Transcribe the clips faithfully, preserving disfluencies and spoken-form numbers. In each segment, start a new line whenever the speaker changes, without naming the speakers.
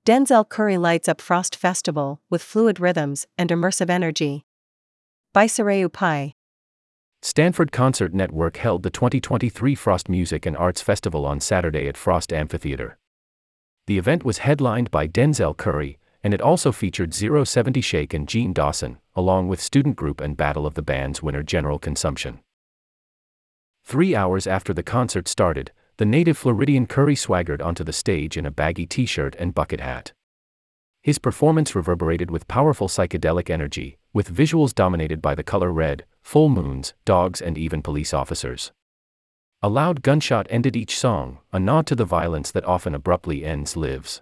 Denzel Curry lights up Frost Festival with fluid rhythms and immersive energy. By Sareu Pai.
Stanford Concert Network held the twenty twenty-three Frost Music and Arts Festival on Saturday at Frost Amphitheater. The event was headlined by Denzel Curry, and it also featured zero seventy Shake and Gene Dawson, along with student group and Battle of the Bands winner General Consumption. Three hours after the concert started, the native Floridian Curry swaggered onto the stage in a baggy t-shirt and bucket hat. His performance reverberated with powerful psychedelic energy, with visuals dominated by the color red, full moons, dogs and even police officers. A loud gunshot ended each song, a nod to the violence that often abruptly ends lives.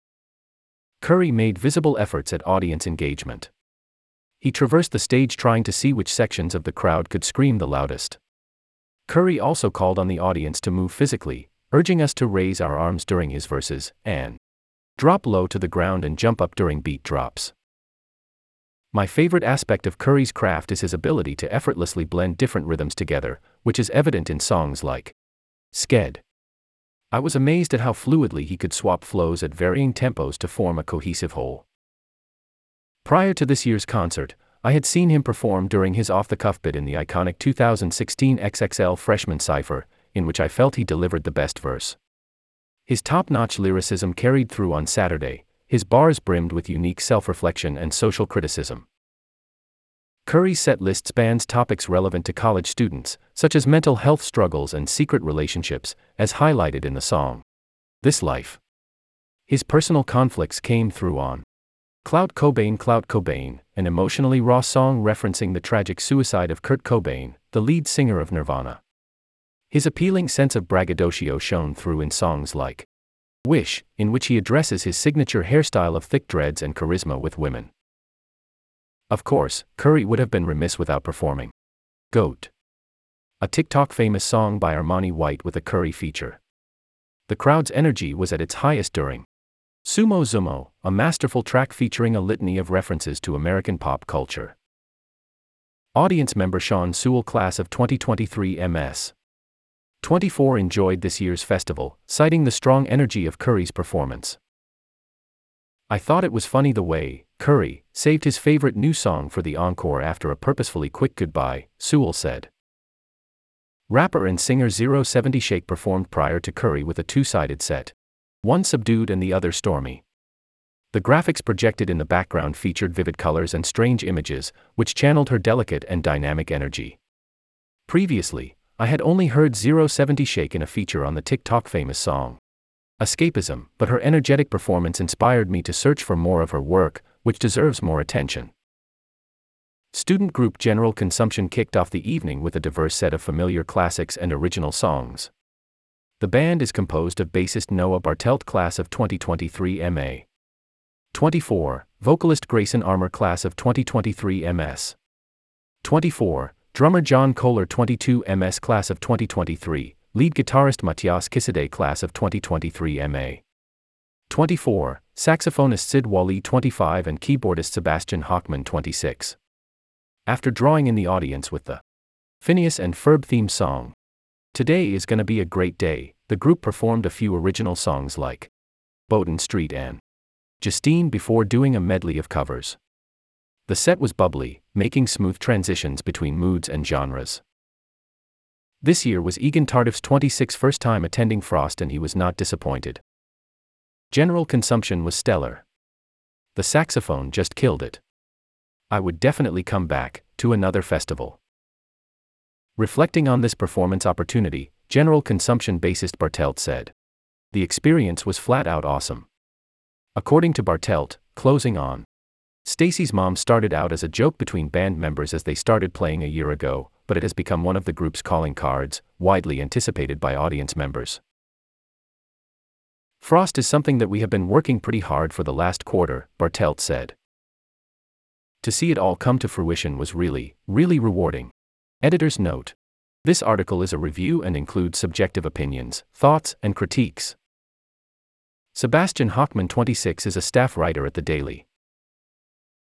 Curry made visible efforts at audience engagement. He traversed the stage trying to see which sections of the crowd could scream the loudest. Curry also called on the audience to move physically, urging us to raise our arms during his verses, and drop low to the ground and jump up during beat drops. My favorite aspect of Curry's craft is his ability to effortlessly blend different rhythms together, which is evident in songs like Sked. I was amazed at how fluidly he could swap flows at varying tempos to form a cohesive whole. Prior to this year's concert, I had seen him perform during his off-the-cuff bit in the iconic two thousand sixteen X X L Freshman Cypher, in which I felt he delivered the best verse. His top-notch lyricism carried through on Saturday, his bars brimmed with unique self-reflection and social criticism. Curry's set list spans topics relevant to college students, such as mental health struggles and secret relationships, as highlighted in the song This Life. His personal conflicts came through on Clout Cobain Clout Cobain, an emotionally raw song referencing the tragic suicide of Kurt Cobain, the lead singer of Nirvana. His appealing sense of braggadocio shone through in songs like Wish, in which he addresses his signature hairstyle of thick dreads and charisma with women. Of course, Curry would have been remiss without performing Goat, a TikTok-famous song by Armani White with a Curry feature. The crowd's energy was at its highest during Sumo Zumo, a masterful track featuring a litany of references to American pop culture. Audience member Sean Sewell, class of twenty twenty-three M S twenty-four, enjoyed this year's festival, citing the strong energy of Curry's performance. I thought it was funny the way Curry saved his favorite new song for the encore after a purposefully quick goodbye, Sewell said. Rapper and singer zero seventy Shake performed prior to Curry with a two-sided set. One subdued and the other stormy. The graphics projected in the background featured vivid colors and strange images, which channeled her delicate and dynamic energy. Previously, I had only heard zero seventy Shake in a feature on the TikTok famous song Escapism, but her energetic performance inspired me to search for more of her work, which deserves more attention. Student group General Consumption kicked off the evening with a diverse set of familiar classics and original songs. The band is composed of bassist Noah Bartelt, class of twenty twenty-three M A twenty-four, vocalist Grayson Armour, class of twenty twenty-three M S twenty-four, drummer John Kohler, twenty-two M S class of twenty twenty-three, lead guitarist Matthias Kisade, class of twenty twenty-three M A twenty-four, saxophonist Sid Wally, twenty-five, and keyboardist Sebastian Hochman, twenty-six. After drawing in the audience with the Phineas and Ferb theme song, Today Is Gonna Be a Great Day, the group performed a few original songs like Bowden Street and Justine before doing a medley of covers. The set was bubbly, making smooth transitions between moods and genres. This year was Egan Tardif's twenty-sixth first time attending Frost, and he was not disappointed. General Consumption was stellar. The saxophone just killed it. I would definitely come back to another festival. Reflecting on this performance opportunity, General Consumption bassist Bartelt said, "The experience was flat out awesome." According to Bartelt, closing on Stacy's mom started out as a joke between band members as they started playing a year ago, but it has become one of the group's calling cards, widely anticipated by audience members. Frost is something that we have been working pretty hard for the last quarter, Bartelt said. To see it all come to fruition was really, really rewarding. Editor's note: this article is a review and includes subjective opinions, thoughts, and critiques. Sebastian Hochman, twenty-six, is a staff writer at The Daily.